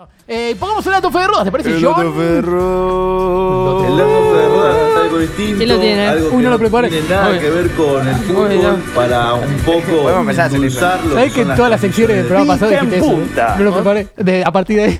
Pongamos el dato fe de Rodas, ¿te parece, El John? dato fe de Rodas. El dato fe de Rodas es algo distinto. ¿Quién lo tiene? Algo Uy, que no lo preparé. tiene nada que ver con el fútbol para un poco Podemos empezar a hacer eso. endulzarlo. ¿Sabés que en todas las secciones del programa pasado dijiste eso? No lo preparé. A partir de ahí.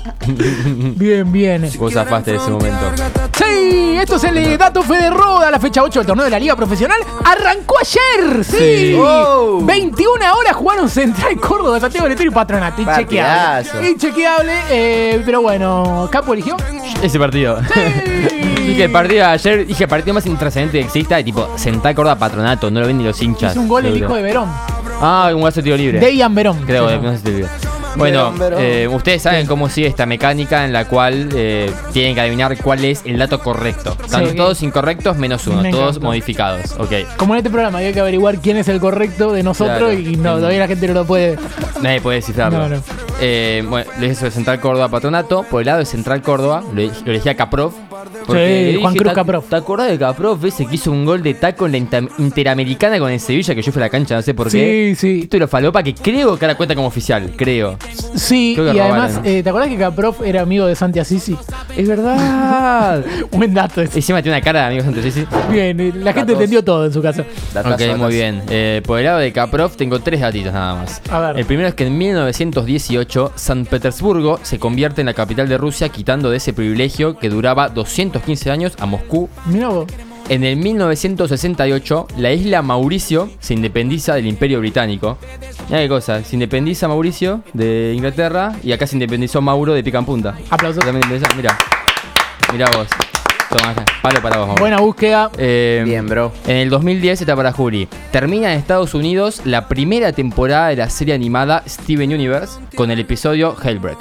Bien. Vos zafaste de ese momento. Sí, esto es el dato fe de Roda. La fecha 8 del torneo de la Liga Profesional arrancó ayer. Sí. Oh. 21 horas jugaron Central Córdoba, Santiago del Estero y Patronato. Partidazo. Inchequeable. Pero bueno, Capo eligió. Ese partido. Dije, el partido de ayer, dije, partido más intrascendente que exista, y tipo, Central Córdoba Patronato, no lo ven ni los hinchas. Es un gol el seguro. hijo de Verón. Ah, un golazo de tiro libre. Dejan Verón. Creo, Sí, no sé si te olvidó. Bueno, Verón. ustedes saben cómo sigue esta mecánica en la cual tienen que adivinar cuál es el dato correcto. Están Sí. todos incorrectos menos uno, Me todos encantó. modificados. Ok. Como en este programa hay que averiguar quién es el correcto de nosotros Claro. y no, todavía la gente no lo puede. Nadie puede descifrarlo. No. Bueno, lo dije sobre Central Córdoba Patronato. Por el lado de Central Córdoba, lo elegí a Caprov. Sí, le dije, Juan Cruz Caprov. ¿Te acordás de Caprov ese que hizo un gol de taco en la Interamericana con el Sevilla? Que yo fui a la cancha, no sé por qué. Sí. Esto lo falopa que creo que ahora cuenta como oficial, creo. Sí, Creo que y además, robaron. ¿te acordás que Caprof era amigo de Santi Assisi? Es verdad. Buen dato ese. Encima tiene una cara de amigos antes, sí. Bien, la gente Datos. entendió todo en su casa. Ok, muy bien. Por el lado de Caprov tengo 3 datitos nada más. A ver. El primero es que en 1918 San Petersburgo se convierte en la capital de Rusia, quitando de ese privilegio que duraba 215 años a Moscú. Mirá vos. En el 1968 la isla Mauricio se independiza del Imperio Británico. Mirá qué cosa, se independiza Mauricio de Inglaterra y acá se independizó Mauro de pica en punta. Aplausos. También independiza- Mirá vos. Toma, palo para vos, Mauro. Buena búsqueda. Bien, bro. En el 2010 está para Juli. Termina en Estados Unidos la primera temporada de la serie animada Steven Universe con el episodio Hellbreak.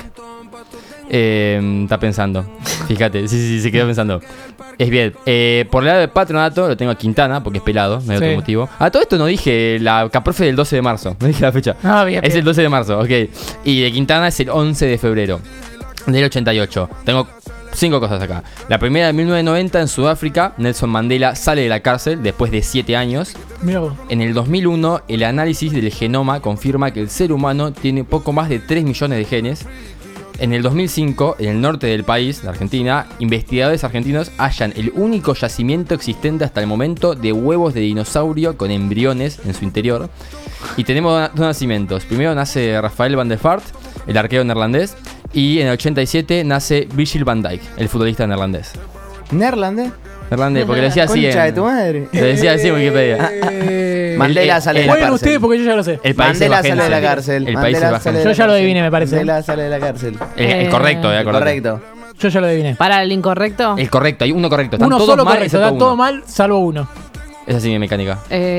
Está pensando. Fíjate, sí, se quedó pensando. Es bien. Por el lado de Patronato lo tengo a Quintana porque es pelado, no hay Sí. otro motivo. A todo esto no dije la Caprofe del 12 de marzo. No dije la fecha. Ah, bien. Es el 12 de marzo, ok. Y de Quintana es el 11 de febrero del 88. Tengo 5 cosas acá. La primera de 1990 en Sudáfrica, Nelson Mandela sale de la cárcel después de 7 años. Mirá vos. En el 2001, el análisis del genoma confirma que el ser humano tiene poco más de 3 millones de genes. En el 2005, en el norte del país, de Argentina, investigadores argentinos hallan el único yacimiento existente hasta el momento de huevos de dinosaurio con embriones en su interior. Y tenemos 2 nacimientos. Primero nace Rafael van der Vaart, el arquero neerlandés. Y en el 87 nace Virgil van Dijk, el futbolista neerlandés. ¿Neerlandés? Neerlandés, porque lo decía así Concha de en... tu madre. Lo decía así en Wikipedia. Mandela sale de la Bueno, cárcel. ustedes porque yo ya lo sé. El país Mandela se sale de la bajense. cárcel. El país Mandela se bajense. sale de Yo la ya lo cárcel. adiviné, me parece. Mandela sale de la cárcel. El correcto, Correcto. Yo ya lo adiviné. Para el incorrecto. El correcto, hay uno correcto. Están Uno todos solo mal, correcto, excepto está todo uno. mal, salvo uno. Es así mi mecánica.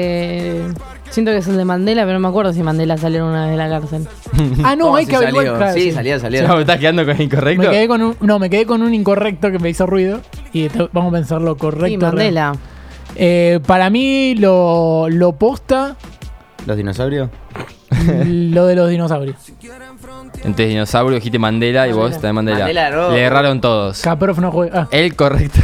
Siento que es el de Mandela, pero no me acuerdo si Mandela salió una vez de la cárcel. Ah, no, ¿Cómo hay si que averiguar. salió? Claro, Sí, salió. ¿Me estás quedando con el incorrecto? Me quedé con un incorrecto que me hizo ruido. Y vamos a pensar lo correcto. Sí, Mandela. Para mí, lo posta, ¿Los dinosaurios? lo de los dinosaurios. Entonces dinosaurio, dijiste Mandela y vos también Mandela. Mandela, no. Le erraron todos. Caprof no juega. Ah, El correcto.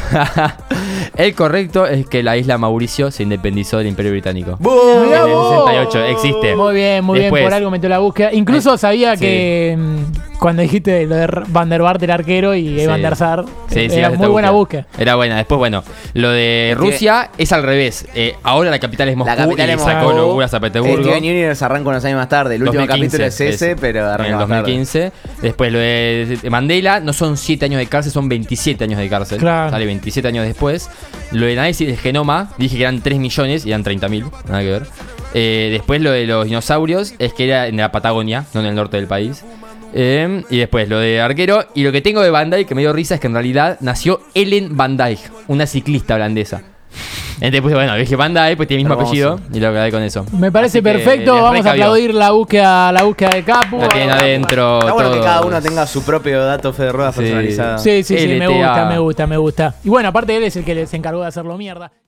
El correcto es que la isla Mauricio se independizó del Imperio Británico. mirá En el vos. 68 existe. Muy bien, Después- por algo metió la búsqueda. Incluso sabía sí. que cuando dijiste lo de Van der Vaart el arquero y Van der Sar, Sí, era hace muy esta buena búsqueda. Era buena. Después, bueno, lo de Rusia es al revés. Ahora la capital es Moscú La capital y es sacó Moscú. locura a San Petersburgo. Steven Universe arranca unos años más tarde. El último 2015, capítulo es ese, pero en arranca el más tarde. 2015. Después lo de Mandela no son 7 años de cárcel, son 27 años de cárcel. Claro. Sale 27 años después. Lo de análisis del genoma, dije que eran 3 millones y eran 30.000. Nada que ver. Después lo de los dinosaurios es que era en la Patagonia, no en el norte del país. Y después lo de arquero. Y lo que tengo de Van Dijk que me dio risa es que en realidad nació Ellen Van Dijk, una ciclista holandesa. Entonces, pues, bueno, dije Van Dijk, pues tiene el mismo Hermoso. apellido. Y lo quedé con eso. Me parece Así que perfecto. les Vamos a recabió. aplaudir la búsqueda de Capu. La tienen adentro. Está bueno que todos. cada uno tenga su propio dato fe de ruedas Sí. personalizado. Sí, me LTA. gusta. Y bueno, aparte él es el que les encargó de hacerlo mierda.